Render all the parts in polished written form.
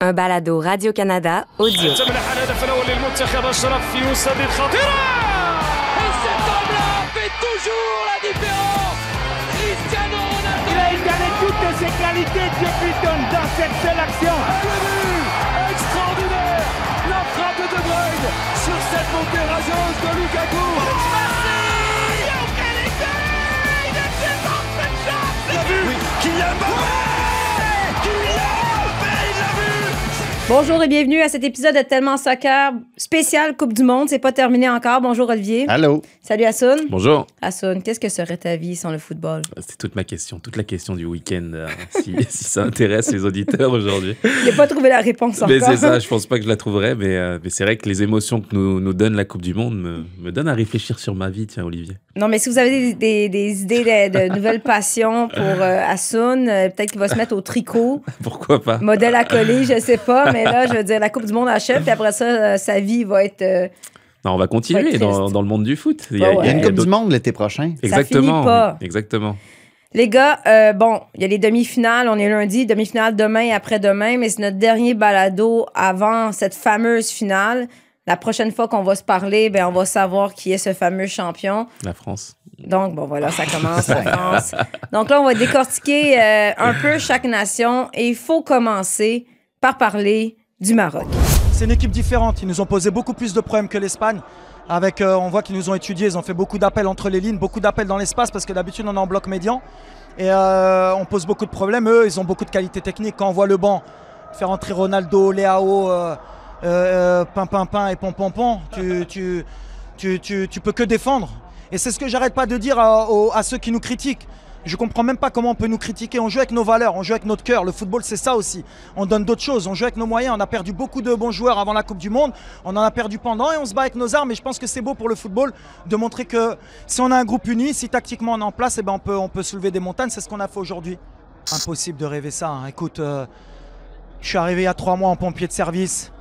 un balado Radio-Canada audio. Il a incarné toutes ses qualités, Dieu Clinton, dans cette seule action. Extraordinaire! La frappe de De Bruyne sur cette montée rageuse de Lukaku. Il a vu Kylian Mbappé! Kylian Mbappé, il l'a vu! Bonjour et bienvenue à cet épisode de Tellement Soccer spécial Coupe du Monde. C'est pas terminé encore. Bonjour Olivier. Allô. Salut Hassoun. Bonjour. Hassoun, qu'est-ce que serait ta vie sans le football? C'est toute ma question, toute la question du week-end, si ça intéresse les auditeurs aujourd'hui. J'ai pas trouvé la réponse encore. Mais c'est ça, je pense pas que je la trouverai, mais c'est vrai que les émotions que nous donne la Coupe du Monde me donnent à réfléchir sur ma vie, tiens Olivier. Non, mais si vous avez des idées de nouvelles passions pour Hassoun, peut-être qu'il va se mettre au tricot. Pourquoi pas? Modèle à coller, je sais pas, mais là, je veux dire, la Coupe du Monde achève, puis après ça, sa vie va être... Non, on va continuer dans le monde du foot. Il y a une Coupe du Monde l'été prochain. Exactement. Ça finit pas. Exactement. Les gars, bon, il y a les demi-finales, on est lundi, demi-finale demain et après-demain, mais c'est notre dernier balado avant cette fameuse finale. La prochaine fois qu'on va se parler, ben, on va savoir qui est ce fameux champion. La France. Donc, bon, voilà, ça commence, la France. Donc là, on va décortiquer un peu chaque nation et il faut commencer par parler du Maroc. C'est une équipe différente. Ils nous ont posé beaucoup plus de problèmes que l'Espagne. On voit qu'ils nous ont étudiés, ils ont fait beaucoup d'appels entre les lignes, beaucoup d'appels dans l'espace parce que d'habitude on est en bloc médian. Et on pose beaucoup de problèmes. Eux, ils ont beaucoup de qualité technique. Quand on voit le banc, faire entrer Ronaldo, Léao, Pimpin et Pompon, tu peux que défendre. Et c'est ce que j'arrête pas de dire à ceux qui nous critiquent. Je comprends même pas comment on peut nous critiquer. On joue avec nos valeurs, on joue avec notre cœur. Le football, c'est ça aussi. On donne d'autres choses. On joue avec nos moyens. On a perdu beaucoup de bons joueurs avant la Coupe du Monde. On en a perdu pendant et on se bat avec nos armes. Et je pense que c'est beau pour le football de montrer que si on a un groupe uni, si tactiquement on est en place, eh ben on peut soulever des montagnes. C'est ce qu'on a fait aujourd'hui. Impossible de rêver ça. Hein. Écoute, je suis arrivé il y a 3 mois en pompier de service.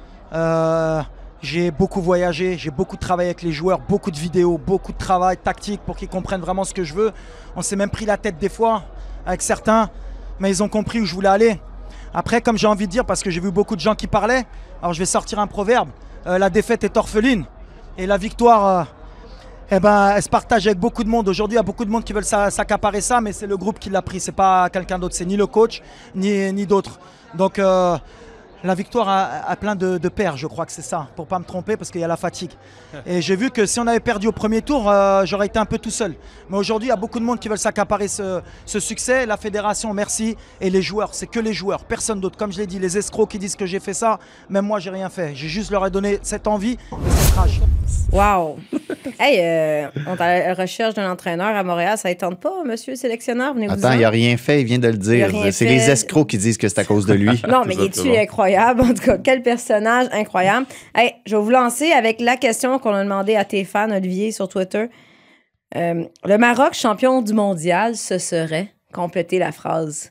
J'ai beaucoup voyagé, j'ai beaucoup travaillé avec les joueurs, beaucoup de vidéos, beaucoup de travail tactique pour qu'ils comprennent vraiment ce que je veux. On s'est même pris la tête des fois avec certains, mais ils ont compris où je voulais aller. Après, comme j'ai envie de dire, parce que j'ai vu beaucoup de gens qui parlaient, alors je vais sortir un proverbe. La défaite est orpheline et la victoire, elle se partage avec beaucoup de monde. Aujourd'hui, il y a beaucoup de monde qui veulent s'accaparer ça, mais c'est le groupe qui l'a pris, c'est pas quelqu'un d'autre, c'est ni le coach, ni d'autres. Donc... la victoire a plein de paires, je crois que c'est ça, pour pas me tromper, parce qu'il y a la fatigue. Et j'ai vu que si on avait perdu au premier tour, j'aurais été un peu tout seul. Mais aujourd'hui, il y a beaucoup de monde qui veulent s'accaparer ce succès. La fédération, merci. Et les joueurs, c'est que les joueurs, personne d'autre. Comme je l'ai dit, les escrocs qui disent que j'ai fait ça, même moi, j'ai rien fait. J'ai juste leur ai donné cette envie et cette rage. Wow! Hey, on est à la recherche d'un entraîneur à Montréal. Ça ne tente pas, monsieur le sélectionneur? Attends, il n'a rien fait, il vient de le dire. C'est les escrocs qui disent que c'est à cause de lui. Non, mais il est incroyable. En tout cas, quel personnage incroyable. Hey, je vais vous lancer avec la question qu'on a demandé à tes fans, Olivier, sur Twitter. Le Maroc, champion du mondial, ce serait? Compléter la phrase.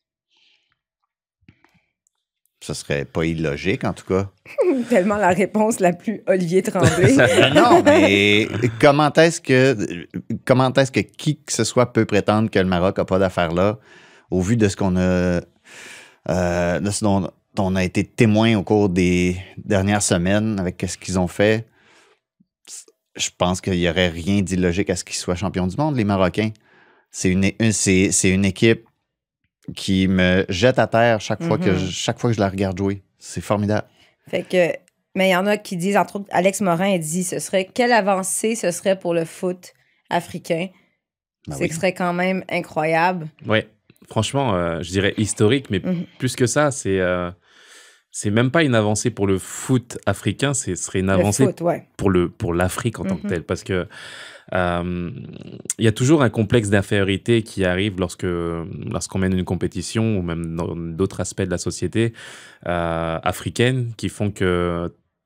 Ça serait pas illogique, en tout cas. Tellement la réponse la plus Olivier Tremblay. Non, mais comment est-ce que qui que ce soit peut prétendre que le Maroc n'a pas d'affaires là, au vu de ce qu'on a, de ce dont on a été témoin au cours des dernières semaines avec ce qu'ils ont fait? Je pense qu'il n'y aurait rien d'illogique à ce qu'ils soient champions du monde, les Marocains. C'est une équipe qui me jette à terre chaque fois que je la regarde jouer. C'est formidable. Fait que, mais il y en a qui disent, entre autres, Alex Morin a dit, quelle avancée ce serait pour le foot africain. Ce serait quand même incroyable. Oui, franchement, je dirais historique, mais plus que ça, c'est même pas une avancée pour le foot africain, ce serait une avancée pour l'Afrique en tant que telle. Parce que il y a toujours un complexe d'infériorité qui arrive lorsqu'on mène une compétition ou même dans d'autres aspects de la société africaine qui font que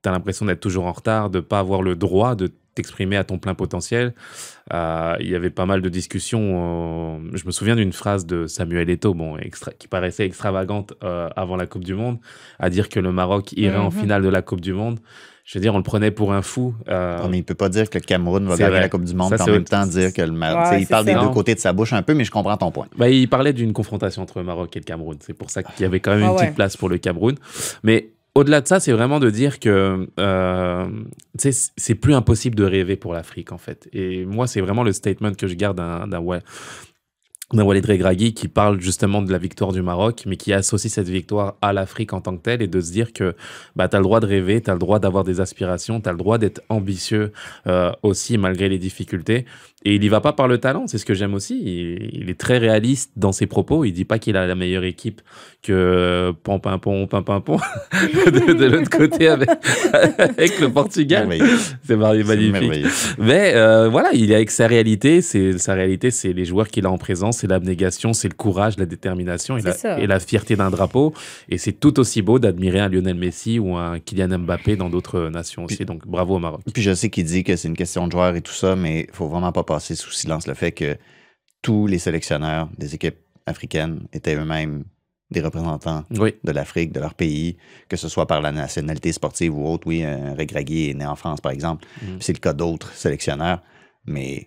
as l'impression d'être toujours en retard, de ne pas avoir le droit de t'exprimer à ton plein potentiel. Il y avait pas mal de discussions. Je me souviens d'une phrase de Samuel Eto'o, qui paraissait extravagante avant la Coupe du Monde, à dire que le Maroc irait en finale de la Coupe du Monde. Je veux dire, on le prenait pour un fou. Mais il ne peut pas dire que le Cameroun va gagner la Coupe du Monde, en même temps dire que le Maroc... il parle des deux côtés de sa bouche un peu, mais je comprends ton point. Il parlait d'une confrontation entre le Maroc et le Cameroun. C'est pour ça qu'il y avait quand même une petite place pour le Cameroun. Mais au-delà de ça, c'est vraiment de dire que c'est plus impossible de rêver pour l'Afrique, en fait. Et moi, c'est vraiment le statement que je garde d'un Walid Regragui qui parle justement de la victoire du Maroc, mais qui associe cette victoire à l'Afrique en tant que telle, et de se dire que tu as le droit de rêver, tu as le droit d'avoir des aspirations, tu as le droit d'être ambitieux aussi, malgré les difficultés. Et il y va pas par le talent, c'est ce que j'aime aussi. Il est très réaliste dans ses propos. Il dit pas qu'il a la meilleure équipe que Pom-Pim-Pom de l'autre côté avec le Portugal. C'est magnifique. Mais voilà, il est avec sa réalité. Sa réalité, c'est les joueurs qu'il a en présence, c'est l'abnégation, c'est le courage, la détermination et la fierté d'un drapeau. Et c'est tout aussi beau d'admirer un Lionel Messi ou un Kylian Mbappé dans d'autres nations aussi. Donc bravo au Maroc. Puis je sais qu'il dit que c'est une question de joueurs et tout ça, mais il faut vraiment pas passer sous silence le fait que tous les sélectionneurs des équipes africaines étaient eux-mêmes des représentants de l'Afrique, de leur pays, que ce soit par la nationalité sportive ou autre. Oui, Regragui est né en France, par exemple. C'est le cas d'autres sélectionneurs. Mais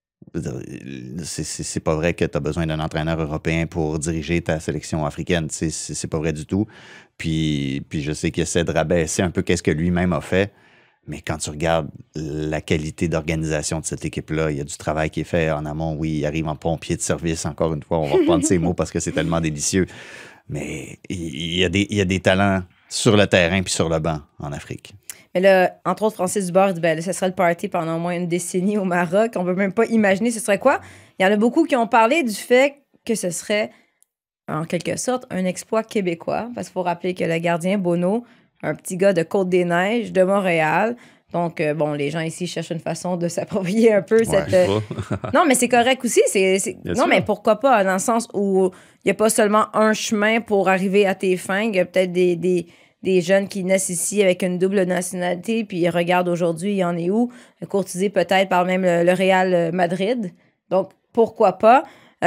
c'est pas vrai que tu as besoin d'un entraîneur européen pour diriger ta sélection africaine. C'est pas vrai du tout. Puis je sais qu'il essaie de rabaisser un peu qu'est-ce que lui-même a fait. Mais quand tu regardes la qualité d'organisation de cette équipe-là, il y a du travail qui est fait en amont. Oui, il arrive en pompier de service, encore une fois. On va reprendre ces mots parce que c'est tellement délicieux. Mais il y a des talents sur le terrain puis sur le banc en Afrique. Mais là, entre autres, Francis Dubord dit ce serait le party pendant au moins une décennie au Maroc. On ne peut même pas imaginer ce serait quoi. Il y en a beaucoup qui ont parlé du fait que ce serait, en quelque sorte, un exploit québécois. Parce qu'il faut rappeler que le gardien Bono, un petit gars de Côte-des-Neiges, de Montréal. Donc, les gens ici cherchent une façon de s'approprier un peu cette... Non, mais c'est correct aussi. Non, mais pourquoi pas, dans le sens où il n'y a pas seulement un chemin pour arriver à tes fins. Il y a peut-être des jeunes qui naissent ici avec une double nationalité, puis ils regardent aujourd'hui, il y en est où? Courtisé peut-être par même le Real Madrid. Donc, pourquoi pas?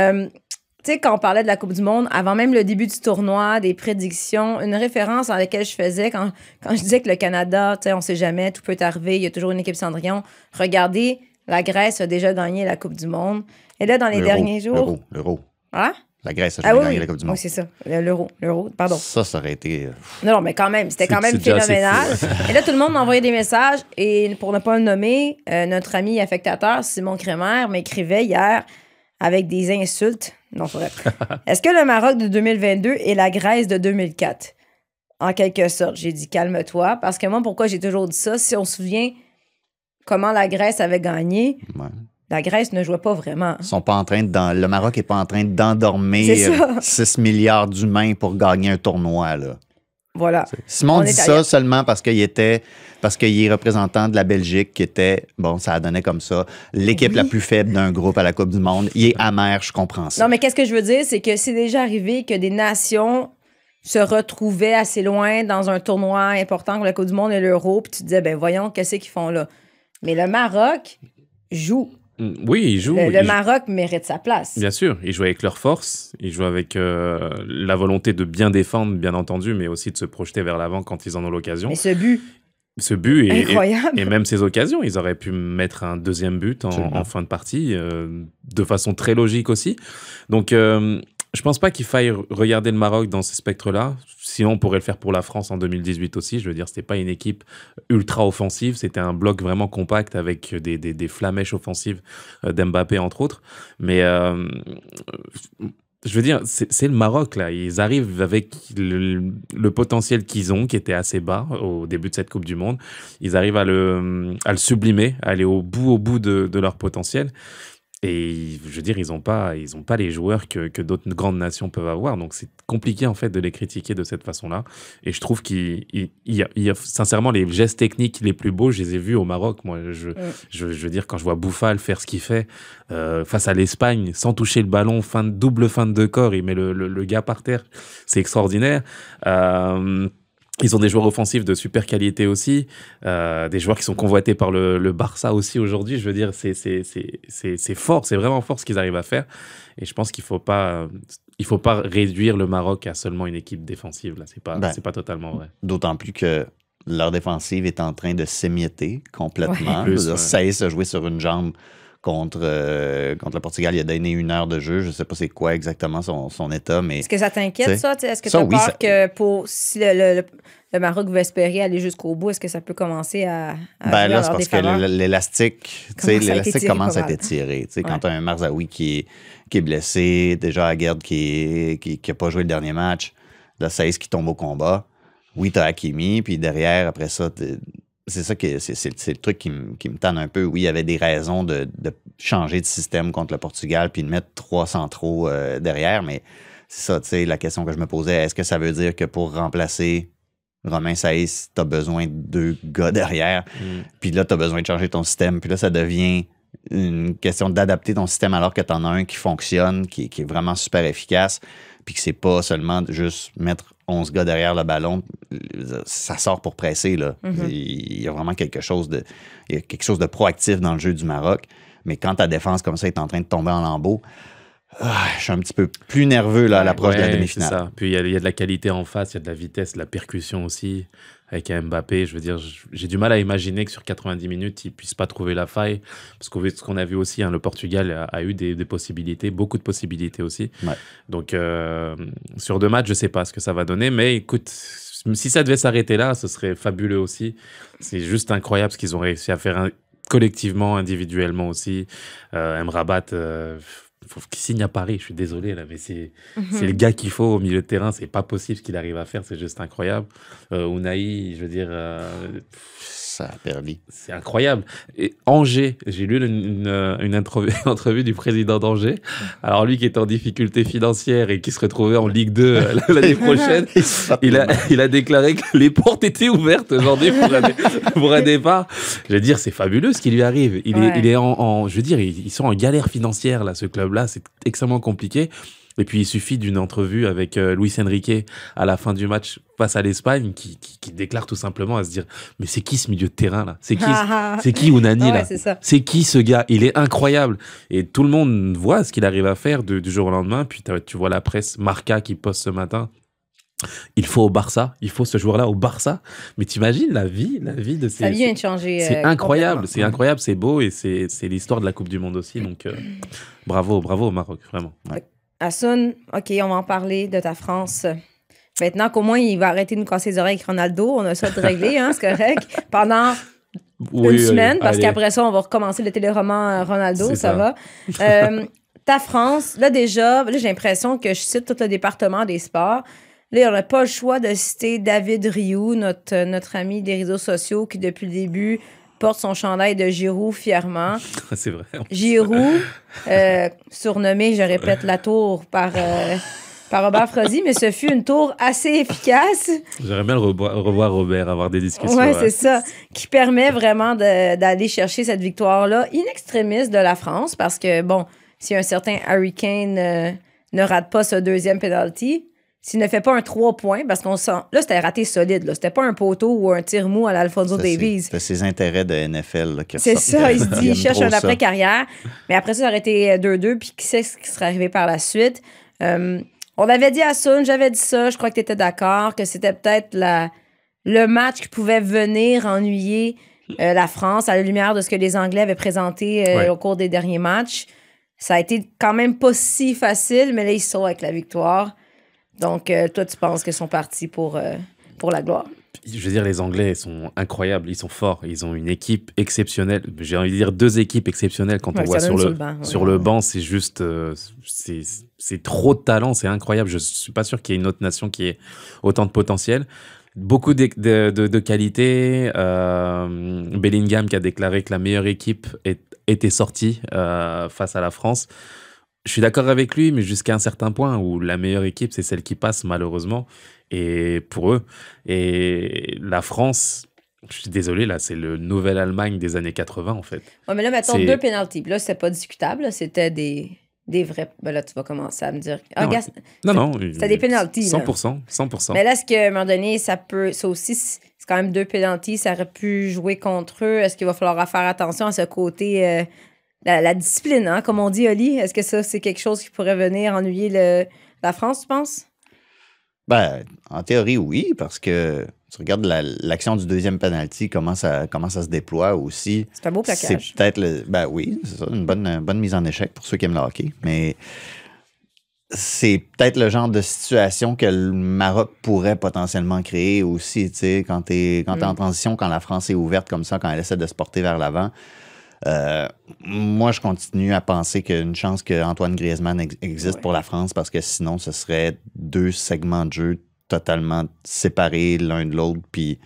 Tu sais, quand on parlait de la Coupe du Monde, avant même le début du tournoi, des prédictions, une référence dans laquelle je faisais, quand je disais que le Canada, tu sais, on sait jamais, tout peut arriver, il y a toujours une équipe Cendrillon. Regardez, la Grèce a déjà gagné la Coupe du Monde. Et là, dans les derniers jours... L'Euro. Hein? La Grèce a jamais gagné la Coupe du Monde. Oui, c'est ça. L'Euro, pardon. Ça aurait été... Non, mais quand même, c'était quand même phénoménal. Et là, tout le monde m'envoyait des messages. Et pour ne pas le nommer, notre ami affectateur, Simon Crémer, m'écrivait hier avec des insultes. Non, bref. Est-ce que le Maroc de 2022 est la Grèce de 2004? En quelque sorte, j'ai dit calme-toi. Parce que moi, pourquoi j'ai toujours dit ça? Si on se souvient comment la Grèce avait gagné, la Grèce ne jouait pas vraiment. Ils sont pas en train le Maroc n'est pas en train d'endormir 6 milliards d'humains pour gagner un tournoi, là. Voilà. Simon dit ça seulement parce qu'il est représentant de la Belgique qui était, ça a donné comme ça, l'équipe la plus faible d'un groupe à la Coupe du Monde. Il est amer, je comprends ça. Non, mais qu'est-ce que je veux dire, c'est que c'est déjà arrivé que des nations se retrouvaient assez loin dans un tournoi important comme la Coupe du Monde et l'Euro, puis tu te disais, voyons, qu'est-ce qu'ils font là? Mais le Maroc joue. Oui, il joue. Le Maroc mérite sa place. Bien sûr, ils jouent avec leur force, ils jouent avec la volonté de bien défendre, bien entendu, mais aussi de se projeter vers l'avant quand ils en ont l'occasion. Mais ce but incroyable. Et même ces occasions, ils auraient pu mettre un deuxième but en fin de partie, de façon très logique aussi. Donc, je pense pas qu'il faille regarder le Maroc dans ces spectres-là. Sinon, on pourrait le faire pour la France en 2018 aussi. Je veux dire, c'était pas une équipe ultra offensive. C'était un bloc vraiment compact avec des flamèches offensives d'Mbappé, entre autres. Mais je veux dire, c'est le Maroc, là. Ils arrivent avec le potentiel qu'ils ont, qui était assez bas au début de cette Coupe du Monde. Ils arrivent à le sublimer, à aller au bout de leur potentiel. Et je veux dire, ils n'ont pas les joueurs que d'autres grandes nations peuvent avoir. Donc, c'est compliqué, en fait, de les critiquer de cette façon-là. Et je trouve qu'il y a sincèrement, les gestes techniques les plus beaux, je les ai vus au Maroc. Moi, je veux dire, quand je vois Boufal faire ce qu'il fait face à l'Espagne, sans toucher le ballon, double fin de corps, il met le gars par terre. C'est extraordinaire. Ils ont des joueurs offensifs de super qualité aussi, des joueurs qui sont convoités par le Barça aussi aujourd'hui. Je veux dire, c'est fort, c'est vraiment fort ce qu'ils arrivent à faire. Et je pense qu'il faut pas réduire le Maroc à seulement une équipe défensive. Là, c'est pas totalement vrai. D'autant plus que leur défensive est en train de s'émietter complètement. Ouais. Plus, Saïs a joué sur une jambe contre le Portugal. Il a donné 1 heure de jeu. Je ne sais pas c'est quoi exactement son état, mais... Est-ce que ça t'inquiète, ça? Est-ce que tu as peur que si le Maroc veut espérer aller jusqu'au bout, est-ce que ça peut commencer à là, c'est parce que l'élastique commence à être étiré. Quand tu as un Marzaoui qui est blessé, déjà Aguerd qui n'a pas joué le dernier match, là, Saïs qui tombe au combat. Oui, tu as Hakimi, puis derrière, après ça... C'est ça c'est le truc qui me tanne un peu. Oui, il y avait des raisons de changer de système contre le Portugal puis de mettre 3 centraux derrière, mais c'est ça, tu sais, la question que je me posais, est-ce que ça veut dire que pour remplacer Romain Saïs, tu as besoin de 2 gars derrière, puis là, tu as besoin de changer ton système, puis là, ça devient une question d'adapter ton système alors que tu en as un qui fonctionne, qui est vraiment super efficace, puis que c'est pas seulement juste mettre 11 gars derrière le ballon, ça sort pour presser, là. Il y a vraiment quelque chose de proactif dans le jeu du Maroc. Mais quand ta défense comme ça est en train de tomber en lambeaux, je suis un petit peu plus nerveux là, à l'approche de la demi-finale. C'est ça. Puis il y a de la qualité en face, il y a de la vitesse, de la percussion aussi. Avec un Mbappé, je veux dire, j'ai du mal à imaginer que sur 90 minutes, il ne puisse pas trouver la faille. Parce qu'au vu de ce qu'on a vu aussi, le Portugal a eu des possibilités, beaucoup de possibilités aussi. Ouais. Donc, sur 2 matchs, je ne sais pas ce que ça va donner. Mais écoute, si ça devait s'arrêter là, ce serait fabuleux aussi. C'est juste incroyable ce qu'ils ont réussi à faire collectivement, individuellement aussi. Mrabat... faut qu'il signe à Paris, je suis désolé, là, mais c'est le gars qu'il faut au milieu de terrain. C'est pas possible ce qu'il arrive à faire, c'est juste incroyable. Unai, je veux dire... ça a perdu. C'est incroyable. Et Angers, j'ai lu une entrevue du président d'Angers. Alors lui qui est en difficulté financière et qui se retrouvait en Ligue 2 l'année prochaine, il a déclaré que les portes étaient ouvertes aujourd'hui pour un départ. Je veux dire, c'est fabuleux ce qui lui arrive. Il est je veux dire, ils sont en galère financière, là, ce club-là. C'est extrêmement compliqué. Et puis, il suffit d'une entrevue avec Luis Enrique à la fin du match face à l'Espagne qui déclare tout simplement à se dire « Mais c'est qui ce milieu de terrain, là ? C'est qui Unai, là ? C'est qui ce gars ? Il est incroyable !» Et tout le monde voit ce qu'il arrive à faire du jour au lendemain. Puis, tu vois la presse, Marca qui poste ce matin. Il faut ce joueur-là au Barça. Mais t'imagines la vie de ces... Sa vie vient de changer. C'est incroyable, c'est beau et c'est l'histoire de la Coupe du Monde aussi. Donc, bravo au Maroc, vraiment. Ouais. Hassoun, OK, on va en parler de ta France. Maintenant qu'au moins, il va arrêter de nous casser les oreilles avec Ronaldo, on a ça de réglé, hein, c'est correct. Pendant une semaine, parce qu'après ça, on va recommencer le téléroman Ronaldo, ça va. Ta France, là déjà, j'ai l'impression que je cite tout le département des sports. Là, on n'a pas le choix de citer David Rioux, notre ami des réseaux sociaux, qui depuis le début porte son chandail de Giroud fièrement. C'est vrai. Giroud, surnommé, je répète, la tour par Robert Frozy, mais ce fut une tour assez efficace. J'aimerais bien revoir Robert, avoir des discussions. Oui, c'est ça, qui permet vraiment d'aller chercher cette victoire-là in extremis de la France, parce que, bon, si un certain Harry Kane ne rate pas ce 2e penalty, s'il ne fait pas un 3 points, parce qu'on sent... Là, c'était raté solide. Là. C'était pas un poteau ou un tir mou à l'Alfonso Davies. C'est ses intérêts de NFL. Là, c'est ça. Il se dit, il cherche un après-carrière. Mais après ça, ça aurait été 2-2. Puis qui sait ce qui serait arrivé par la suite. On avait dit à Hassoun, j'avais dit ça, je crois que tu étais d'accord, que c'était peut-être le match qui pouvait venir ennuyer la France à la lumière de ce que les Anglais avaient présenté au cours des derniers matchs. Ça a été quand même pas si facile, mais là, ils sont avec la victoire. Donc, toi, tu penses qu'ils sont partis pour la gloire? Je veux dire, les Anglais, ils sont incroyables, ils sont forts, ils ont une équipe exceptionnelle. J'ai envie de dire 2 équipes exceptionnelles quand on voit sur le banc, c'est juste, c'est trop de talent, c'est incroyable. Je suis pas sûr qu'il y ait une autre nation qui ait autant de potentiel. Beaucoup de qualité. Bellingham qui a déclaré que la meilleure équipe était sortie face à la France. Je suis d'accord avec lui, mais jusqu'à un certain point où la meilleure équipe, c'est celle qui passe, malheureusement, et pour eux. Et la France, je suis désolé, là, c'est le nouvel Allemagne des années 80, en fait. Oui, mais là, mettons 2 pénaltys. Là, c'était pas discutable. Là, c'était des Des vrais. Ben là, tu vas commencer à me dire. Non. C'est des pénaltys. 100%. Mais là, est-ce qu'à un moment donné, ça aussi, c'est quand même 2 pénaltys, ça aurait pu jouer contre eux. Est-ce qu'il va falloir faire attention à ce côté, la discipline, hein, comme on dit, Oli? Est-ce que ça, c'est quelque chose qui pourrait venir ennuyer la France, tu penses? Ben, en théorie, oui, parce que tu regardes l'action du deuxième penalty, comment ça se déploie aussi. C'est un beau plaquage. C'est peut-être ben oui, c'est ça, une bonne mise en échec pour ceux qui aiment le hockey. Mais c'est peut-être le genre de situation que le Maroc pourrait potentiellement créer aussi, tu sais, quand t'es en transition, quand la France est ouverte comme ça, quand elle essaie de se porter vers l'avant. Moi, je continue à penser qu'il y a une chance qu'Antoine Griezmann existe pour la France parce que sinon, ce serait 2 segments de jeu totalement séparés l'un de l'autre, puis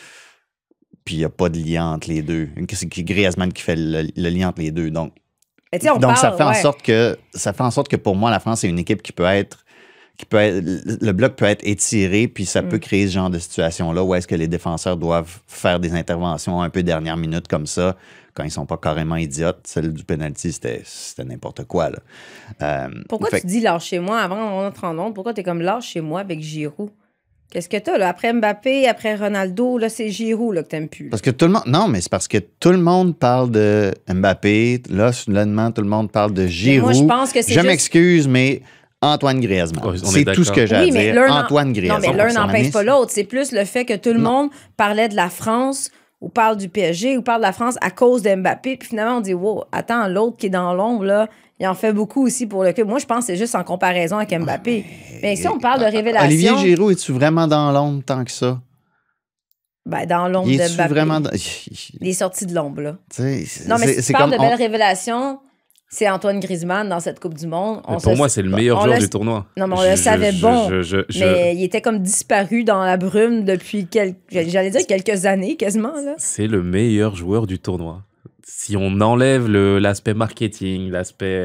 il n'y a pas de lien entre les deux. C'est Griezmann qui fait le lien entre les deux. Donc ça fait en sorte que pour moi, la France est une équipe qui peut être le bloc peut être étiré, puis ça peut créer ce genre de situation-là où est-ce que les défenseurs doivent faire des interventions un peu dernière minute comme ça, quand ils sont pas carrément idiotes. Celle du penalty, c'était n'importe quoi, là. Pourquoi tu dis lâchez-moi avant d'entrer en onde? Pourquoi tu es comme lâchez-moi avec Giroud? Qu'est-ce que t'as, là? Après Mbappé, après Ronaldo, là, c'est Giroud, là, que t'aimes plus. Là. Parce que tout le monde... Non, mais c'est parce que tout le monde parle de Mbappé. Là, soudainement, tout le monde parle de Giroud. Moi, je pense que c'est m'excuse, mais Antoine Griezmann. C'est tout ce que j'ai à dire. Antoine Griezmann. Non, mais l'un n'empêche pas l'autre. C'est plus le fait que tout le monde parlait de la France ou parle du PSG ou parle de la France à cause de Mbappé. Puis finalement, on dit, wow, attends, l'autre qui est dans l'ombre, là, il en fait beaucoup aussi pour le club. Moi, je pense que c'est juste en comparaison avec Mbappé. Mais si on parle de révélation... Olivier Giroud, es-tu vraiment dans l'ombre tant que ça? Ben, dans l'ombre de Mbappé. Vraiment Il est sorti de l'ombre, là. Non, mais si tu parles de belles révélations... C'est Antoine Griezmann dans cette Coupe du Monde. Pour moi, c'est le meilleur joueur du tournoi. Non, mais on le savait mais il était comme disparu dans la brume depuis j'allais dire quelques années, quasiment. Là. C'est le meilleur joueur du tournoi. Si on enlève l'aspect marketing, l'aspect...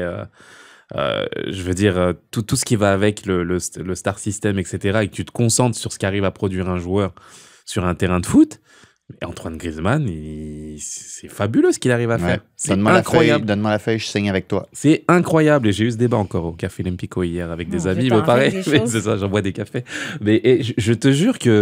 je veux dire, tout ce qui va avec le star system, etc., et que tu te concentres sur ce qu'arrive à produire un joueur sur un terrain de foot... Mais Antoine Griezmann, c'est fabuleux ce qu'il arrive à faire. C'est incroyable. Donne-moi la feuille, je signe avec toi. C'est incroyable. Et j'ai eu ce débat encore au Café Olympico hier avec des amis. Mais pareil, c'est ça, j'envoie des cafés. Mais je te jure que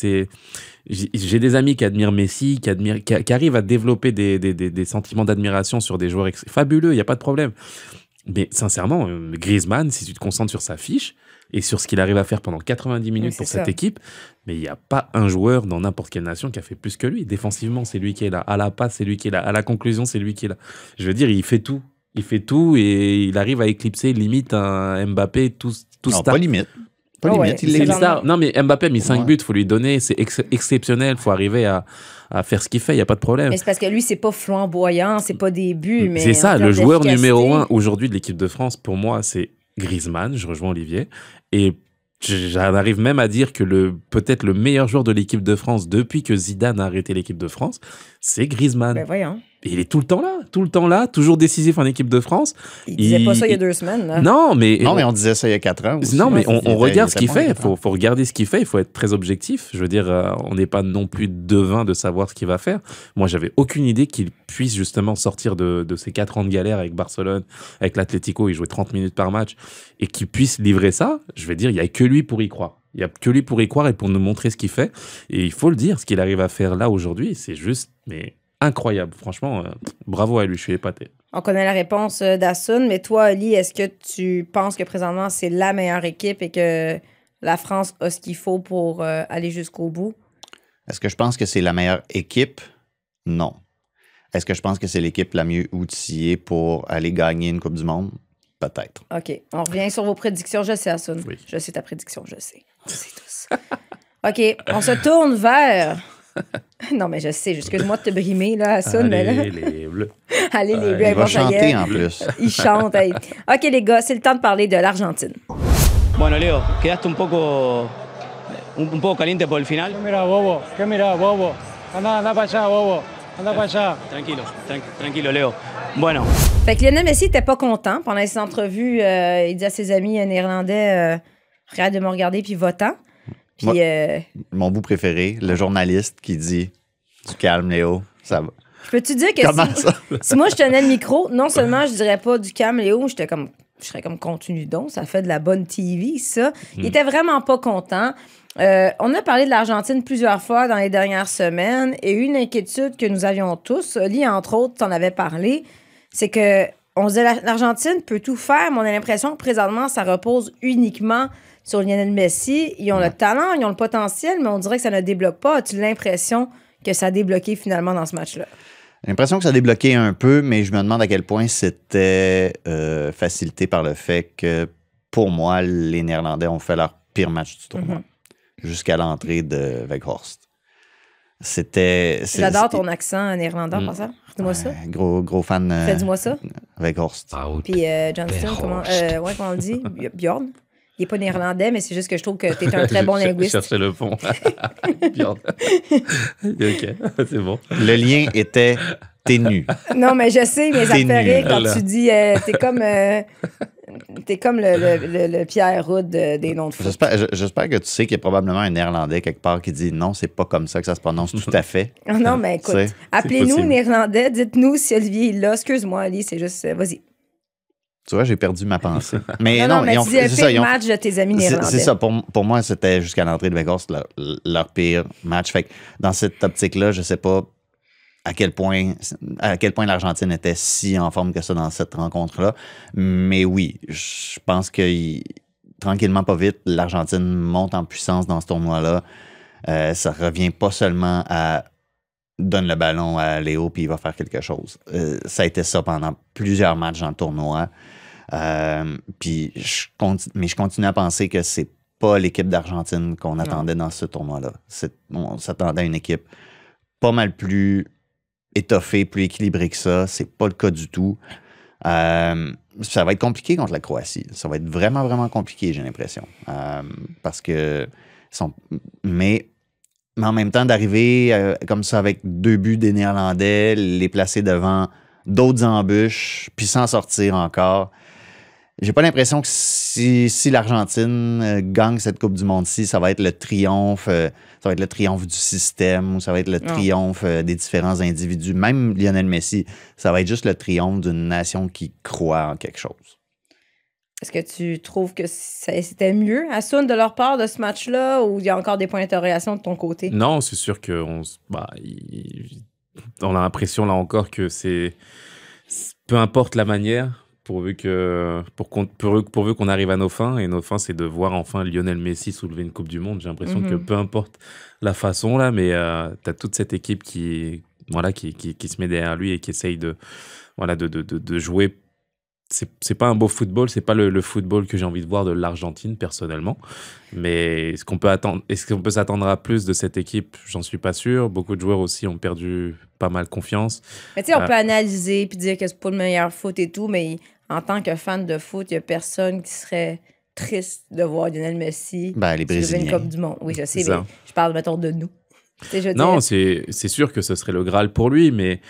j'ai des amis qui admirent Messi, qui arrivent à développer des sentiments d'admiration sur des joueurs fabuleux, il n'y a pas de problème. Mais sincèrement, Griezmann, si tu te concentres sur sa fiche et sur ce qu'il arrive à faire pendant 90 minutes pour cette équipe, mais il n'y a pas un joueur dans n'importe quelle nation qui a fait plus que lui. Défensivement, c'est lui qui est là. À la passe, c'est lui qui est là. À la conclusion, c'est lui qui est là. Je veux dire, il fait tout. Il fait tout et il arrive à éclipser limite un Mbappé, tout non, star. Pas limite. Pas limite. Il est star. Non, mais Mbappé a mis 5 buts, il faut lui donner. C'est exceptionnel. Il faut arriver à faire ce qu'il fait, il n'y a pas de problème. Mais c'est parce que lui, c'est pas flamboyant, c'est pas des buts. Mais c'est ça, le joueur numéro 1 aujourd'hui de l'équipe de France, pour moi, c'est Griezmann. Je rejoins Olivier. Et j'arrive même à dire que peut-être le meilleur joueur de l'équipe de France depuis que Zidane a arrêté l'équipe de France, c'est Griezmann. Ben voyons. Et il est tout le temps là, toujours décisif en équipe de France. Il disait pas ça il y a 2 semaines. Là. Non, mais on disait ça il y a 4 ans aussi. Non, mais on regarde ce qu'il fait. Il faut regarder ce qu'il fait. Il faut être très objectif. Je veux dire, on n'est pas non plus devin de savoir ce qu'il va faire. Moi, j'avais aucune idée qu'il puisse justement sortir de ces 4 ans de galère avec Barcelone, avec l'Atlético. Il jouait 30 minutes par match. Et qu'il puisse livrer ça, je vais dire, il n'y a que lui pour y croire. Il n'y a que lui pour y croire et pour nous montrer ce qu'il fait. Et il faut le dire, ce qu'il arrive à faire là aujourd'hui, c'est juste... incroyable, franchement, bravo à lui, je suis épaté. On connaît la réponse d'Assoun, mais toi, Ali, est-ce que tu penses que présentement c'est la meilleure équipe et que la France a ce qu'il faut pour aller jusqu'au bout? Est-ce que je pense que c'est la meilleure équipe? Non. Est-ce que je pense que c'est l'équipe la mieux outillée pour aller gagner une Coupe du Monde? Peut-être. OK, on revient sur vos prédictions. Je sais, Assoun. Oui. Je sais ta prédiction, je sais. On sait tous. OK, on se tourne vers... Non, mais je sais, excuse-moi de te brimer, là, Assoun. Allez, les bleus. Allez, les bleus. Il va chanter, en plus. Il chante. Hey. OK, les gars, c'est le temps de parler de l'Argentine. Bueno, Leo, quedaste un poco caliente por el final. ¿Qué mira, bobo? Anda para allá, bobo. Anda para allá. Tranquilo, Leo. Bueno. Fait que Lionel Messi n'était pas content pendant ses entrevues. Il dit à ses amis néerlandais arrête de me regarder puis va-t'en. Puis, mon bout préféré, le journaliste qui dit du calme, Léo, ça va. Je peux-tu dire que si moi je tenais le micro, non seulement je dirais pas du calme, Léo, j'étais comme je serais comme continue donc, ça fait de la bonne TV, ça. Il était vraiment pas content. On a parlé de l'Argentine plusieurs fois dans les dernières semaines et une inquiétude que nous avions tous, Oli, entre autres, t'en avais parlé, c'est que on se disait l'Argentine peut tout faire, mais on a l'impression que présentement, ça repose uniquement sur Lionel Messi. Ils ont le talent, ils ont le potentiel, mais on dirait que ça ne débloque pas. As-tu l'impression que ça a débloqué finalement dans ce match-là? J'ai l'impression que ça a débloqué un peu, mais je me demande à quel point c'était facilité par le fait que, pour moi, les Néerlandais ont fait leur pire match du tournoi jusqu'à l'entrée de Weghorst. J'adore ton accent néerlandais, en passant. Dis-moi ça. Gros fan. Fais-moi ça. Weghorst. Puis Johnston, comment on le dit? Bjorn. Il n'est pas néerlandais, mais c'est juste que je trouve que tu es un très bon linguiste. Je cherchais le fond. Bjorn. OK, c'est bon. Le lien était ténu. Non, mais je sais, mais ça me fait rire quand tu dis t'es comme le Pierre Roud des noms de foot. J'espère que tu sais qu'il y a probablement un Néerlandais quelque part qui dit non, c'est pas comme ça que ça se prononce tout à fait. Non, mais écoute, appelez-nous Néerlandais, dites-nous si Olivier est là. Excuse-moi, Ali, c'est juste, vas-y. Tu vois, j'ai perdu ma pensée. Mais non, mais tu dis le pire match de tes amis néerlandais. C'est ça. Pour moi, c'était jusqu'à l'entrée de Weghorst leur pire match. Fait que dans cette optique-là, je sais pas à quel point l'Argentine était si en forme que ça dans cette rencontre-là. Mais oui, je pense que tranquillement, pas vite, l'Argentine monte en puissance dans ce tournoi-là. Ça revient pas seulement à donne le ballon à Léo puis il va faire quelque chose. Ça a été ça pendant plusieurs matchs dans le tournoi. Puis mais je continue à penser que c'est pas l'équipe d'Argentine qu'on attendait dans ce tournoi-là. On s'attendait à une équipe pas mal plus étoffée, plus équilibrée que ça. C'est pas le cas du tout. Ça va être compliqué contre la Croatie. Ça va être vraiment, vraiment compliqué, j'ai l'impression. Parce que mais en même temps, d'arriver comme ça avec 2 buts des Néerlandais, les placer devant d'autres embûches, puis s'en sortir encore. J'ai pas l'impression que si l'Argentine gagne cette Coupe du Monde-ci, ça va être le triomphe. Ça va être le triomphe du système ou ça va être le triomphe des différents individus. Même Lionel Messi, ça va être juste le triomphe d'une nation qui croit en quelque chose. Est-ce que tu trouves que c'était mieux, Hassoun, de leur part de ce match-là, ou il y a encore des points d'interrogation de ton côté? Non, c'est sûr qu'on on a l'impression, là encore, que c'est... Peu importe la manière, pourvu qu'on arrive à nos fins, et nos fins, c'est de voir enfin Lionel Messi soulever une Coupe du Monde. J'ai l'impression que peu importe la façon, là, mais tu as toute cette équipe qui se met derrière lui et qui essaye de jouer. C'est pas un beau football, c'est pas le football que j'ai envie de voir de l'Argentine personnellement, mais est-ce qu'on peut s'attendre à plus de cette équipe? J'en suis pas sûr. Beaucoup de joueurs aussi ont perdu pas mal confiance. Mais tu sais, on peut analyser puis dire que c'est pas le meilleur foot et tout, mais en tant que fan de foot, il y a personne qui serait triste de voir Lionel Messi les Brésiliens. Une Coupe du Monde. Oui, je sais, mais je parle, mettons, de nous. Non, c'est sûr que ce serait le Graal pour lui, mais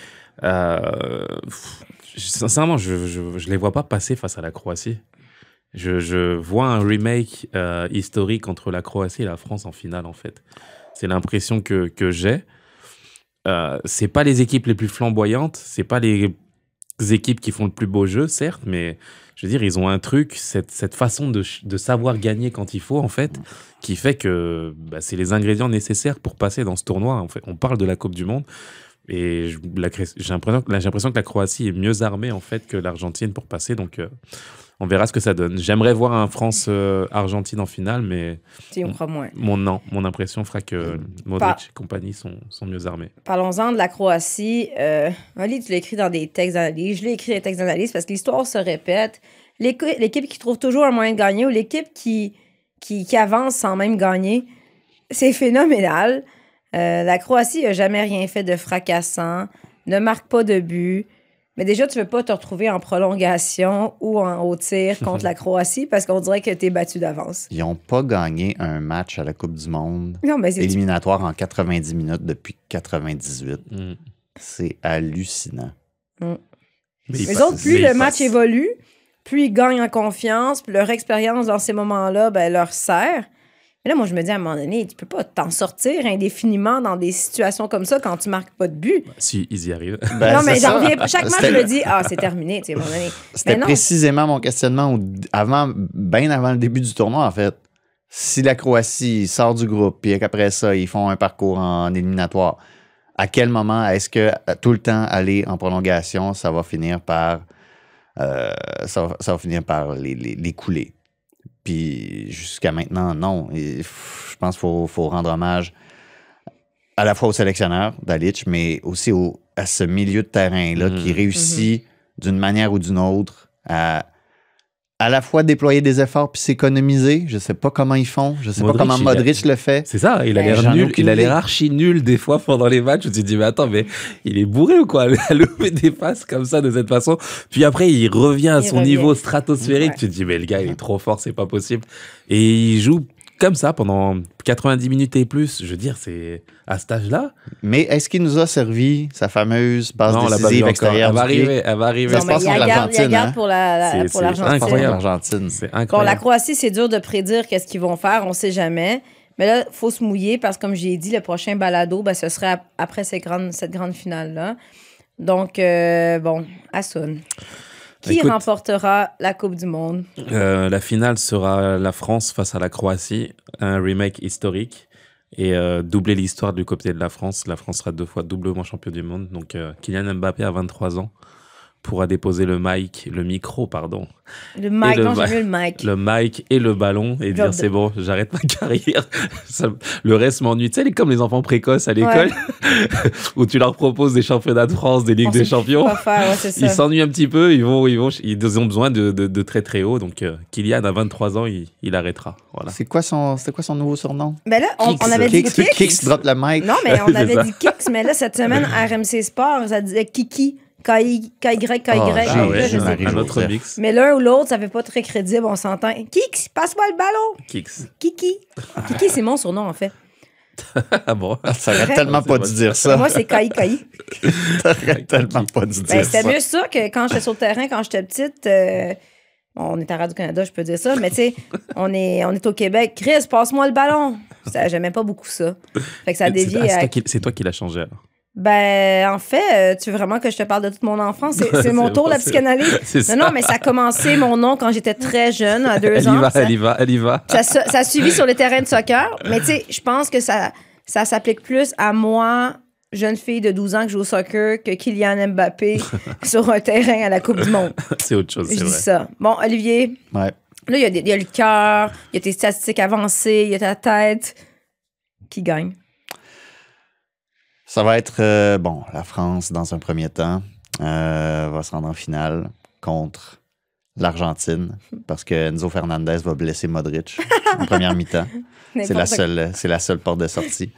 sincèrement, je les vois pas passer face à la Croatie. Je vois un remake historique entre la Croatie et la France en finale, en fait. C'est l'impression que j'ai. C'est pas les équipes les plus flamboyantes, c'est pas les équipes qui font le plus beau jeu, certes, mais je veux dire, ils ont un truc, cette façon de savoir gagner quand il faut, en fait, qui fait que c'est les ingrédients nécessaires pour passer dans ce tournoi. En fait, on parle de la Coupe du Monde. Et j'ai l'impression que la Croatie est mieux armée en fait que l'Argentine pour passer, donc on verra ce que ça donne. J'aimerais voir un France-Argentine en finale, mais on croit moins. Mon impression fera que Modric et compagnie sont mieux armés. Parlons-en de la Croatie. Ali, tu l'as écrit dans des textes d'analyse. Je l'ai écrit dans des textes d'analyse parce que l'histoire se répète. L'équipe qui trouve toujours un moyen de gagner ou l'équipe qui avance sans même gagner, c'est phénoménal. La Croatie n'a jamais rien fait de fracassant, ne marque pas de but. Mais déjà, tu ne veux pas te retrouver en prolongation ou au tir contre la Croatie parce qu'on dirait que tu es battu d'avance. Ils n'ont pas gagné un match à la Coupe du Monde éliminatoire en 90 minutes depuis 98. C'est hallucinant. Les autres, plus le match évolue, plus ils gagnent en confiance, plus leur expérience dans ces moments-là leur sert. Là, moi, je me dis à un moment donné, tu peux pas t'en sortir indéfiniment dans des situations comme ça quand tu marques pas de but. Si, ils y arrivent. Non, mais j'en reviens. Chaque match, je me dis, c'est terminé, tu sais, à un moment donné. C'était précisément mon questionnement bien avant le début du tournoi, en fait. Si la Croatie sort du groupe, puis qu'après ça, ils font un parcours en éliminatoire, à quel moment est-ce que tout le temps aller en prolongation, ça va finir par les couler? Puis jusqu'à maintenant, non. Et je pense qu'il faut rendre hommage à la fois au sélectionneur, Dalic, mais aussi à ce milieu de terrain-là qui réussit d'une manière ou d'une autre à la fois déployer des efforts puis s'économiser. Je sais pas comment ils font. Je sais pas comment Modric le fait. C'est ça, il a l'air nul. Il a l'air archi nul des fois pendant les matchs. Je me suis dit, mais attends, mais il est bourré ou quoi? À louper des passes comme ça de cette façon. Puis après, il revient à son niveau stratosphérique. Tu te dis, mais le gars, il est trop fort, c'est pas possible. Et il joue comme ça pendant 90 minutes et plus. Je veux dire, c'est à cet âge-là. Mais est-ce qu'il nous a servi sa fameuse passe décisive extérieure? Elle va arriver. Non, mais il garde pour l'Argentine. Incroyable. C'est incroyable. Bon, la Croatie, c'est dur de prédire qu'est-ce qu'ils vont faire. On sait jamais. Mais là, il faut se mouiller parce que, comme j'ai dit, le prochain balado, ce serait après cette grande finale-là. Donc, Hassoun. Qui remportera la Coupe du Monde? La finale sera la France face à la Croatie, un remake historique et doubler l'histoire du côté de la France. La France sera 2 fois doublement champion du monde. Donc Kylian Mbappé à 23 ans pourra déposer le mic. Le mic et le ballon et dire c'est bon, j'arrête ma carrière. Le reste m'ennuie. Tu sais, comme les enfants précoces à l'école où tu leur proposes des championnats de France, des Ligues des Champions. Ils s'ennuient un petit peu, ils ont besoin de très très haut. Donc Kylian à 23 ans, il arrêtera. Voilà. C'était quoi son nouveau surnom? Ben là, on avait dit Kix. Kix drop le mic. Non, mais on avait dit Kix, mais là, cette semaine, RMC Sport, ça disait Kiki. KY. Un autre mix. Mais l'un ou l'autre, ça fait pas très crédible, on s'entend. Kix, passe-moi le ballon. Kix. Kiki, c'est mon surnom, en fait. Ah bon? Ça aurait tellement pas dû dire ça. Moi, c'est KY. T'aurais tellement pas dû dire ça. C'était mieux ça que quand j'étais sur le terrain, quand j'étais petite. On est à Radio-Canada, je peux dire ça, mais tu sais, on est au Québec. Chris, passe-moi le ballon. J'aimais pas beaucoup ça. Fait que ça a dévié. C'est toi qui l'as changé alors? Ben, en fait, tu veux vraiment que je te parle de toute mon enfance? C'est mon tour, la psychanalyse? Non, mais ça a commencé mon nom quand j'étais très jeune, à 2 ans. Elle y va. Ça a suivi sur le terrain de soccer, mais tu sais, je pense que ça s'applique plus à moi, jeune fille de 12 ans qui joue au soccer, que Kylian Mbappé sur un terrain à la Coupe du Monde. C'est autre chose, c'est vrai. Je dis ça. Bon, Olivier, ouais. Là, il y a le cœur, il y a tes statistiques avancées, il y a ta tête. Qui gagne? Ça va être, la France, dans un premier temps, va se rendre en finale contre l'Argentine parce que Enzo Fernandez va blesser Modric en première mi-temps. C'est la seule porte de sortie.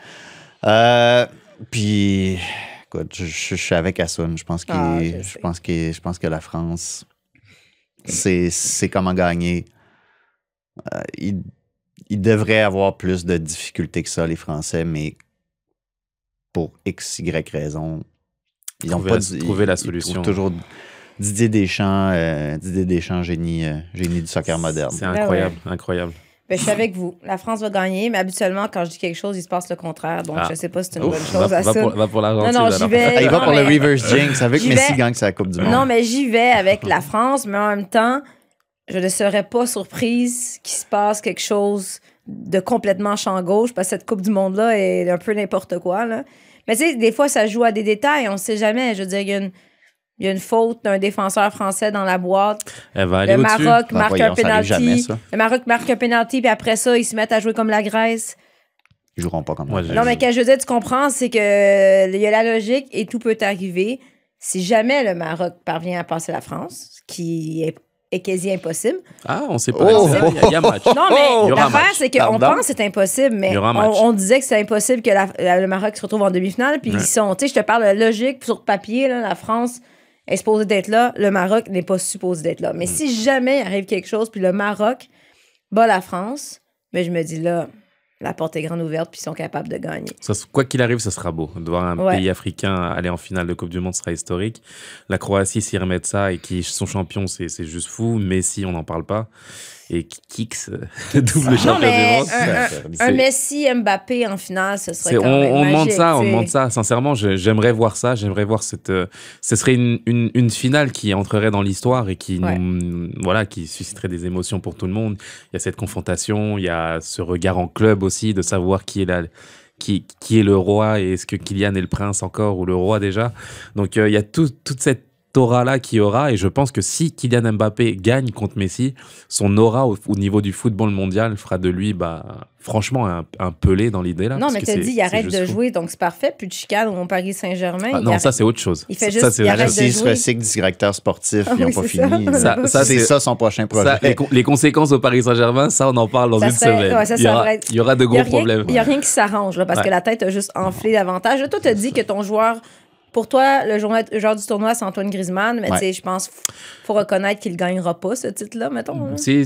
Puis, écoute, je suis avec Hassoun. Je pense que la France, c'est comment gagner. Ils devraient avoir plus de difficultés que ça, les Français, mais pour X, Y raison, ils n'ont pas trouvé la solution. Toujours Didier Deschamps, génie du soccer moderne. C'est incroyable. Ben, je suis avec vous. La France va gagner, mais habituellement, quand je dis quelque chose, il se passe le contraire. Donc, je ne sais pas si c'est une bonne chose à ça. Va pour l'Argentine. Non, j'y vais. Il va pour le reverse jinx avec Messi gagne sa Coupe du Monde. Non, mais j'y vais avec la France, mais en même temps, je ne serais pas surprise qu'il se passe quelque chose de complètement champ gauche, parce que cette Coupe du Monde-là est un peu n'importe quoi, là. Mais tu sais, des fois, ça joue à des détails, on ne sait jamais. Je veux dire, il y a une faute d'un défenseur français dans la boîte. Elle va aller le Maroc marque un pénalty. Le Maroc marque un pénalty, puis après ça, ils se mettent à jouer comme la Grèce. Ils joueront pas comme moi. Non, mais quand je veux dire, tu comprends, c'est que il y a la logique et tout peut arriver. Si jamais le Maroc parvient à passer la France, ce qui est quasi impossible. Ah, on sait pas. Il y a match. Non, mais l'affaire, c'est qu'on pense que c'est impossible, mais on disait que c'est impossible que le Maroc se retrouve en demi-finale, puis ils sont, tu sais, je te parle de logique, sur papier, là, la France est supposée d'être là, le Maroc n'est pas supposé d'être là. Mais si jamais il arrive quelque chose, puis le Maroc bat la France, ben je me dis là, la porte est grande ouverte, puis ils sont capables de gagner. Quoi qu'il arrive, ce sera beau. De voir un pays africain aller en finale de Coupe du Monde sera historique. La Croatie, s'y remettre ça et qu'ils sont champions, c'est juste fou. Messi, on n'en parle pas. et Kicks, double champion du monde. Un Messi Mbappé en finale, ce serait quand même on magique. demande ça. Sincèrement, j'aimerais voir ça. J'aimerais voir ce serait une finale qui entrerait dans l'histoire et qui qui susciterait des émotions pour tout le monde. Il y a cette confrontation, il y a ce regard en club aussi de savoir qui est le roi et est-ce que Kylian est le prince encore ou le roi déjà. Donc il y a toute cette aura-là qui aura, et je pense que si Kylian Mbappé gagne contre Messi, son aura au niveau du football mondial fera de lui franchement un Pelé dans l'idée là. Non, mais tu as dit, il arrête de jouer, donc c'est parfait. Plus de chicane au Paris Saint-Germain. Non, ça c'est autre chose. Il fait juste, il arrête de jouer. S'il se recycle du directeur sportif, ils n'ont pas fini. C'est ça son prochain projet. Les conséquences au Paris Saint-Germain, ça on en parle dans une semaine. Il y aura de gros problèmes. Il n'y a rien qui s'arrange là, parce que la tête a juste enflé davantage. Toi, tu as dit que ton joueur... Pour toi, le joueur du tournoi, c'est Antoine Griezmann, mais tu sais, je pense qu'il faut reconnaître qu'il ne gagnera pas ce titre-là, mettons. En fait,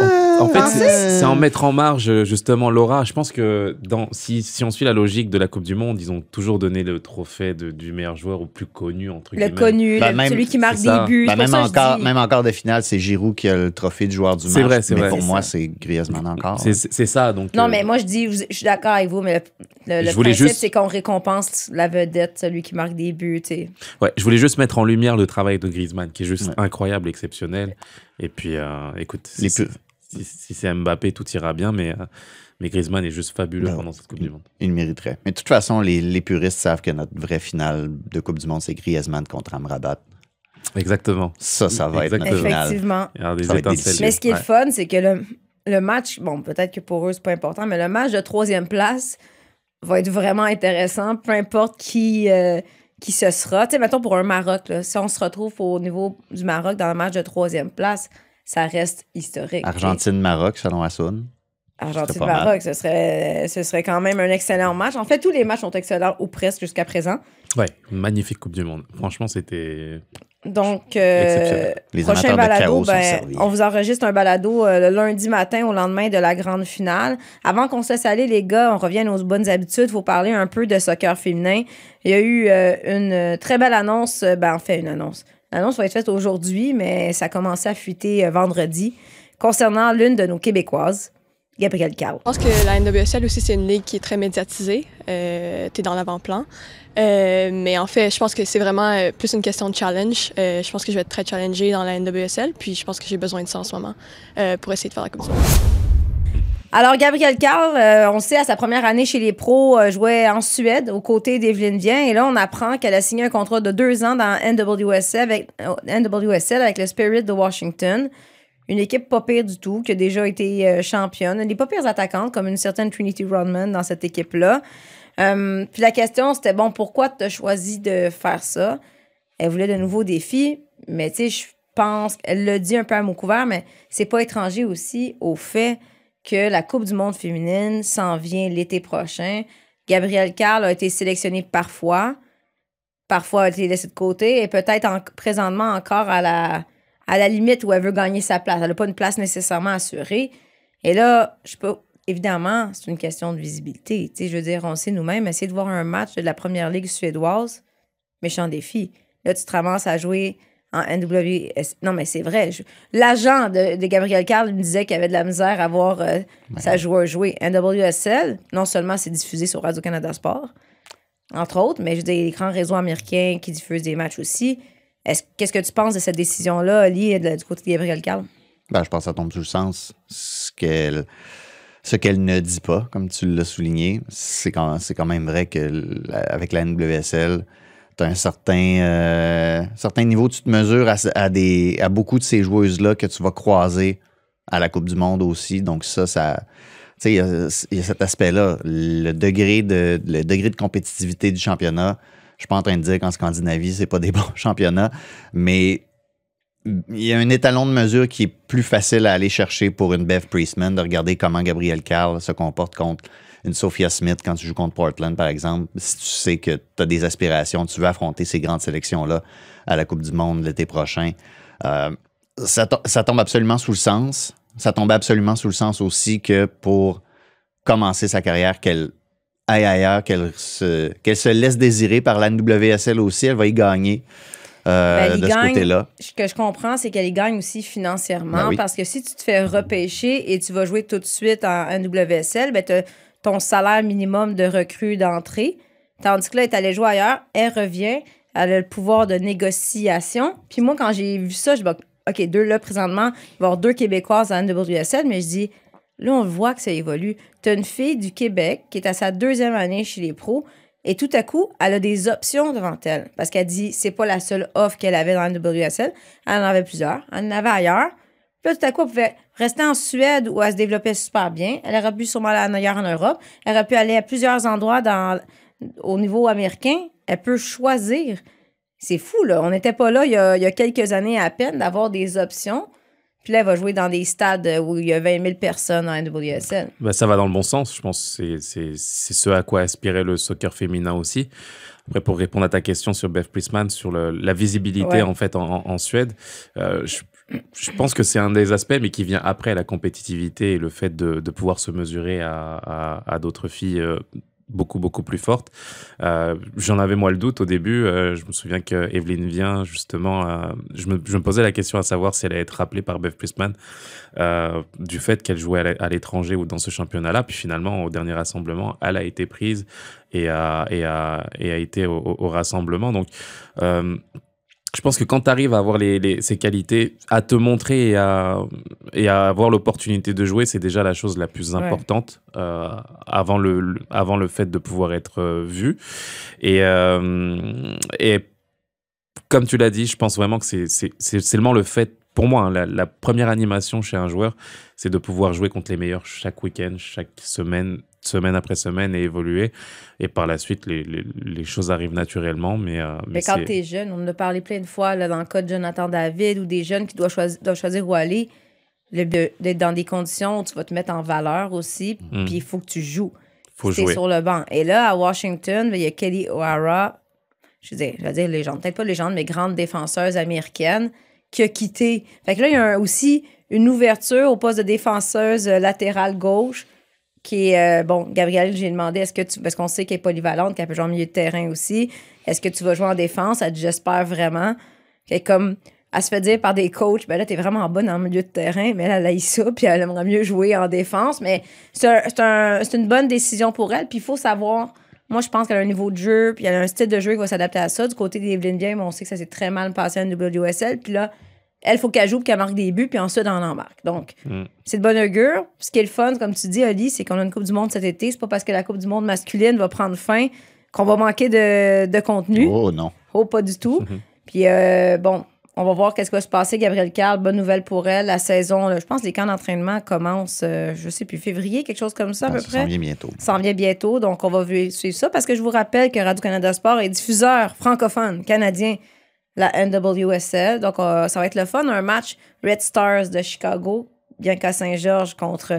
c'est en mettre en marge, justement, l'aura. Je pense que si on suit la logique de la Coupe du Monde, ils ont toujours donné le trophée du meilleur joueur au plus connu, entre guillemets. Le connu, celui qui marque des buts. Même encore de finale, c'est Giroud qui a le trophée du joueur du match. C'est vrai, c'est vrai. Pour moi, c'est Griezmann encore. C'est ça, donc... Non, mais moi, je suis d'accord avec vous, mais le principe, c'est qu'on récompense la vedette, celui qui marque des buts, tu sais. Ouais, je voulais juste mettre en lumière le travail de Griezmann, qui est juste incroyable, exceptionnel. Et puis, écoute, si c'est Mbappé, tout ira bien, mais Griezmann est juste fabuleux pendant cette Coupe du Monde. Il le mériterait. Mais de toute façon, les puristes savent que notre vraie finale de Coupe du Monde, c'est Griezmann contre Amrabat. Exactement. Ça va être notre finale. Effectivement. Mais ce qui est le fun, c'est que le match, bon, peut-être que pour eux, c'est pas important, mais le match de 3e place va être vraiment intéressant, peu importe qui ce sera. Tu sais, mettons pour un Maroc, là, si on se retrouve au niveau du Maroc dans le match de 3e place, ça reste historique. Argentine-Maroc, selon Hassoun. Argentine-Maroc, ce serait quand même un excellent match. En fait, tous les matchs sont excellents ou presque jusqu'à présent. Ouais, magnifique Coupe du Monde. Franchement, c'était... Donc, prochain balado, on vous enregistre un balado le lundi matin au lendemain de la grande finale. Avant qu'on se laisse aller, les gars, on revient aux bonnes habitudes. Il faut parler un peu de soccer féminin. Il y a eu une très belle annonce. Une annonce. L'annonce va être faite aujourd'hui, mais ça a commencé à fuiter vendredi concernant l'une de nos Québécoises, Gabrielle Carle. Je pense que la NWSL aussi, c'est une ligue qui est très médiatisée. T'es dans l'avant-plan. Mais en fait, je pense que c'est vraiment plus une question de challenge. Je pense que je vais être très challengée dans la NWSL, puis je pense que j'ai besoin de ça en ce moment pour essayer de faire la Coupe du Monde. Alors, Gabrielle Carle, on sait, à sa première année chez les pros, jouait en Suède aux côtés d'Evelyne Viens. Et là, on apprend qu'elle a signé un contrat de 2 ans dans NWSL avec le Spirit de Washington. Une équipe pas pire du tout, qui a déjà été championne. Des pas pires attaquantes, comme une certaine Trinity Rodman dans cette équipe-là. Puis la question, c'était, pourquoi tu as choisi de faire ça? Elle voulait de nouveaux défis, mais tu sais, je pense, elle l'a dit un peu à mot couvert, mais c'est pas étranger aussi au fait que la Coupe du monde féminine s'en vient l'été prochain. Gabrielle Carle a été sélectionnée parfois a été laissée de côté, et peut-être présentement encore à la limite où elle veut gagner sa place. Elle n'a pas une place nécessairement assurée. Et là, évidemment, c'est une question de visibilité. Tu sais, je veux dire, on sait nous-mêmes, essayer de voir un match de la première ligue suédoise, méchant défi. Là, tu te ramasses à jouer en NWS. Non, mais c'est vrai. L'agent de Gabrielle Carle me disait qu'il avait de la misère à voir sa joueuse jouer. NWSL, non seulement c'est diffusé sur Radio-Canada Sport, entre autres, mais je veux dire, il y a des grands réseaux américains qui diffusent des matchs aussi. Qu'est-ce que tu penses de cette décision-là, Ali, du côté de Gabrielle Carle? Je pense que ça tombe sous le sens. Ce qu'elle ne dit pas, comme tu l'as souligné, c'est quand même vrai qu'avec la NWSL, tu as un certain niveau, tu te mesures à beaucoup de ces joueuses-là que tu vas croiser à la Coupe du monde aussi. Donc ça tu sais, il y a cet aspect-là. Le degré de compétitivité du championnat, je suis pas en train de dire qu'en Scandinavie, c'est pas des bons championnats, mais il y a un étalon de mesure qui est plus facile à aller chercher pour une Bev Priestman, de regarder comment Gabrielle Carle se comporte contre une Sophia Smith quand tu joues contre Portland, par exemple. Si tu sais que tu as des aspirations, tu veux affronter ces grandes sélections-là à la Coupe du monde l'été prochain, ça tombe absolument sous le sens. Ça tombait absolument sous le sens aussi que pour commencer sa carrière, qu'elle aille ailleurs, qu'elle se laisse désirer par la NWSL aussi, elle va y gagner. de ce côté-là. Ce que je comprends, c'est qu'elle y gagne aussi financièrement. Oui. Parce que si tu te fais repêcher et tu vas jouer tout de suite en NWSL, tu as ton salaire minimum de recrue d'entrée. Tandis que là, elle est allée jouer ailleurs, elle revient, elle a le pouvoir de négociation. Puis moi, quand j'ai vu ça, je me dis, OK, là, présentement, il va y avoir 2 Québécoises en NWSL, mais je dis, là, on le voit que ça évolue. Tu as une fille du Québec qui est à sa 2e année chez les pros et tout à coup, elle a des options devant elle. Parce qu'elle dit, c'est pas la seule offre qu'elle avait dans la NWSL. Elle en avait plusieurs. Elle en avait ailleurs. Puis là, tout à coup, elle pouvait rester en Suède où elle se développait super bien. Elle aurait pu sûrement aller ailleurs en Europe. Elle aurait pu aller à plusieurs endroits au niveau américain. Elle peut choisir. C'est fou, là. On n'était pas là il y a quelques années à peine d'avoir des options. Puis là, elle va jouer dans des stades où il y a 20 000 personnes en NWSL. Ben, ça va dans le bon sens. Je pense que c'est ce à quoi aspirait le soccer féminin aussi. Après, pour répondre à ta question sur Bev Priestman, sur la visibilité en fait en Suède, je pense que c'est un des aspects, mais qui vient après la compétitivité et le fait de pouvoir se mesurer à d'autres filles beaucoup, beaucoup plus fortes. J'en avais moi le doute au début. Je me souviens que Evelyne Vien, justement, je me posais la question à savoir si elle allait être rappelée par Bev Priestman du fait qu'elle jouait à l'étranger ou dans ce championnat-là. Puis finalement, au dernier rassemblement, elle a été prise et a été au rassemblement. Donc, je pense que quand tu arrives à avoir ces qualités, à te montrer et à avoir l'opportunité de jouer, c'est déjà la chose la plus importante avant le fait de pouvoir être vu. Et comme tu l'as dit, je pense vraiment que c'est seulement le fait, pour moi, hein, la première animation chez un joueur, c'est de pouvoir jouer contre les meilleurs chaque week-end, chaque semaine après semaine et évoluer. Et par la suite, les choses arrivent naturellement. Mais quand tu es jeune, on en a parlé plein de fois là, dans le cas de Jonathan David ou des jeunes qui doivent choisir où aller, d'être dans des conditions où tu vas te mettre en valeur aussi, puis il faut que tu joues. C'est sur le banc. Et là, à Washington, il y a Kelly O'Hara, je vais dire légende, peut-être pas légende, mais grande défenseuse américaine, qui a quitté. Fait que là, il y a aussi une ouverture au poste de défenseuse latérale gauche qui est, Gabrielle, j'ai demandé, parce qu'on sait qu'elle est polyvalente, qu'elle peut jouer en milieu de terrain aussi, est-ce que tu vas jouer en défense? Elle dit, j'espère vraiment. Elle se fait dire par des coachs, ben là, t'es vraiment bonne en milieu de terrain, mais elle a eu ça, puis elle aimerait mieux jouer en défense, mais c'est une bonne décision pour elle, puis il faut savoir, moi, je pense qu'elle a un niveau de jeu, puis elle a un style de jeu qui va s'adapter à ça. Du côté d'Evelyne Vien, on sait que ça s'est très mal passé à NWSL, puis là, elle, il faut qu'elle joue puis qu'elle marque des buts, puis ensuite, on embarque. Donc, c'est de bon augure. Ce qui est le fun, comme tu dis, Oli, c'est qu'on a une Coupe du Monde cet été. C'est pas parce que la Coupe du Monde masculine va prendre fin qu'on va manquer de contenu. Oh, non. Oh, pas du tout. Puis, on va voir qu'est-ce qui va se passer. Gabrielle Carl, bonne nouvelle pour elle. La saison, je pense que les camps d'entraînement commencent, je sais plus, février, quelque chose comme ça, à peu près. Ça s'en vient bientôt. Ça s'en vient bientôt. Donc, on va suivre ça parce que je vous rappelle que Radio-Canada Sport est diffuseur francophone canadien la NWSL. Donc, ça va être le fun. Un match Red Stars de Chicago, Bianca Saint-Georges contre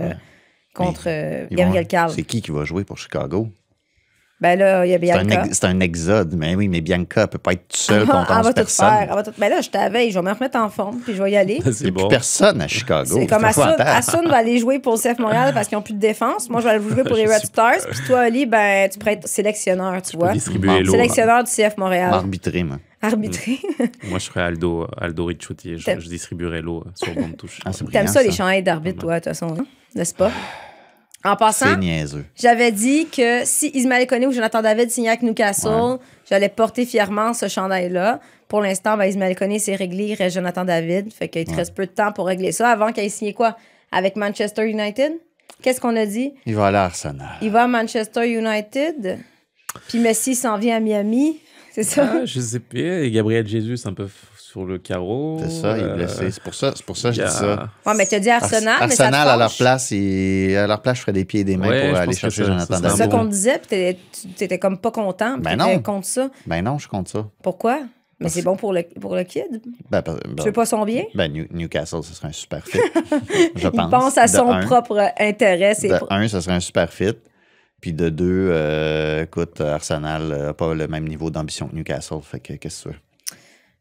Gabrielle Carl. C'est qui va jouer pour Chicago? Ben là, il y a Bianca. C'est un exode. Mais oui, mais Bianca, elle peut pas être toute seule contre 11 personnes. Ben là, je t'avais, je vais me remettre en forme, puis je vais y aller. Il n'y a plus personne à Chicago. C'est comme Assun va aller jouer pour le CF Montréal parce qu'ils n'ont plus de défense. Moi, je vais aller jouer pour les Red Stars. Puis toi, Ali, ben, tu pourrais être sélectionneur, tu vois. Sélectionneur du CF Montréal. Arbitrer, moi. Arbitrer. Moi, je serais Aldo Ricciotti. Je distribuerais l'eau sur le banc de touche. T'aimes ça, les chandails d'arbitre, toi, de toute façon, n'est-ce pas? En passant, c'est niaiseux. J'avais dit que si Ismaël Koné ou Jonathan David signaient avec Newcastle, j'allais porter fièrement ce chandail-là. Pour l'instant, Ismaël Koné s'est réglé, il reste Jonathan David. Fait qu'il te reste peu de temps pour régler ça avant qu'il ait signé quoi? Avec Manchester United? Qu'est-ce qu'on a dit? Il va aller à Arsenal. Il va à Manchester United. Puis Messi s'en vient à Miami. C'est ça? Je sais pas. Et Gabriel Jesus un peu sur le carreau. C'est ça, il est blessé. C'est pour ça que je dis ça. Ouais, mais tu as dit Arsenal, mais ça te Arsenal, à leur place, je ferais des pieds et des mains pour aller chercher Jonathan David. C'est ça qu'on disait, puis tu étais comme pas content. Ben non. Contre ça. Ben non, je compte ça. Pourquoi? Mais c'est bon pour le kid. Tu veux pas son bien? Ben, Newcastle, ce serait un super fit. Je pense. Il pense à son propre intérêt. De ce serait un super fit. Puis de deux, écoute, Arsenal n'a pas le même niveau d'ambition que Newcastle. Fait que qu'est-ce que tu veux?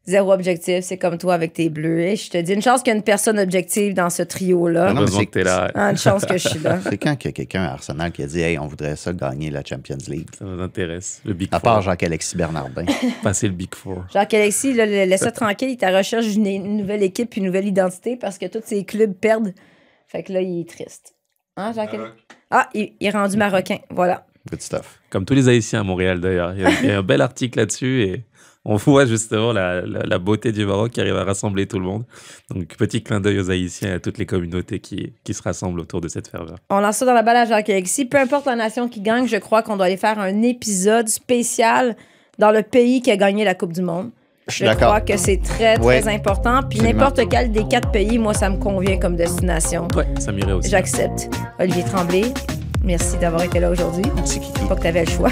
Zéro objectif, c'est comme toi avec tes bleus. Et je te dis, une chance qu'il y a une personne objective dans ce trio-là. Heureusement que t'es là. Une chance que je suis là. C'est quand qu'il y a quelqu'un à Arsenal qui a dit « Hey, on voudrait ça gagner la Champions League. » Ça nous intéresse, le Big Four. À part Jacques-Alexis Bernardin. Passer le Big Four. Jacques-Alexis, laisse ça tranquille. Il est à recherche d'une nouvelle équipe puis une nouvelle identité parce que tous ses clubs perdent. Fait que là, il est triste. Hein, Jacques-Alexis? Ah, il est rendu marocain. Voilà. Good stuff. Comme tous les Haïtiens à Montréal, d'ailleurs. Il y a un bel article là-dessus et on voit justement la beauté du Maroc qui arrive à rassembler tout le monde. Donc, petit clin d'œil aux Haïtiens et à toutes les communautés qui se rassemblent autour de cette ferveur. On lance ça dans la balle à Jacques-Alexis. Peu importe la nation qui gagne, je crois qu'on doit aller faire un épisode spécial dans le pays qui a gagné la Coupe du Monde. Je crois que c'est très, très important. Puis n'importe quel des 4 pays, moi, ça me convient comme destination. Ouais, ça m'irait aussi. J'accepte. Olivier Tremblay, merci d'avoir été là aujourd'hui. Merci, Kiki. Pas que tu avais le choix.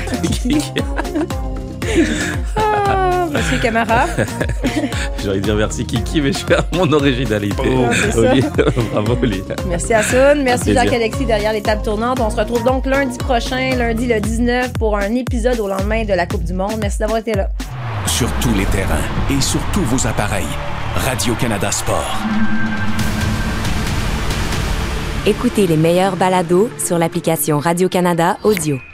Monsieur Camara. J'aurais dire merci Kiki, mais je fais mon originalité. Bravo, Oli. Merci Assoun. Merci Jacques-Alexis derrière les tables tournantes. On se retrouve donc lundi prochain, lundi le 19, pour un épisode au lendemain de la Coupe du Monde. Merci d'avoir été là. Sur tous les terrains et sur tous vos appareils, Radio-Canada Sport. Écoutez les meilleurs balados sur l'application Radio-Canada Audio.